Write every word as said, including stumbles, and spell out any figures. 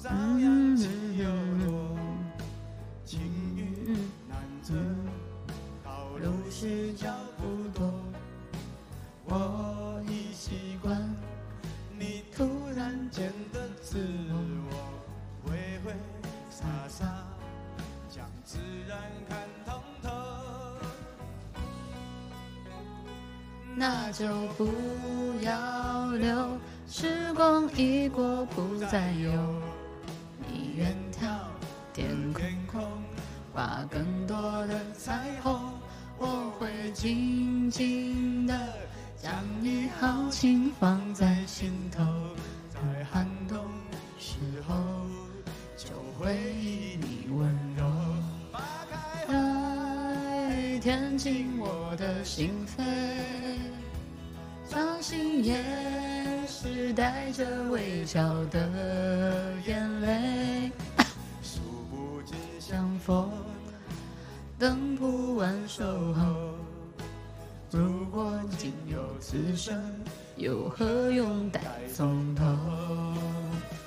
嗯情雨难遮，道路是脚步多，我已习惯你突然间的自我，挥挥洒洒将自然看通透，那就不要留，时光一过不再有，你远眺天空，画更多的彩虹，我会静静地将一行情放在心头，在寒冬时候就回忆你温柔，来填进我的心扉，相信也是带着微笑的眼泪，数不尽相逢等不完守候，如果仅有此生，又何用待从头。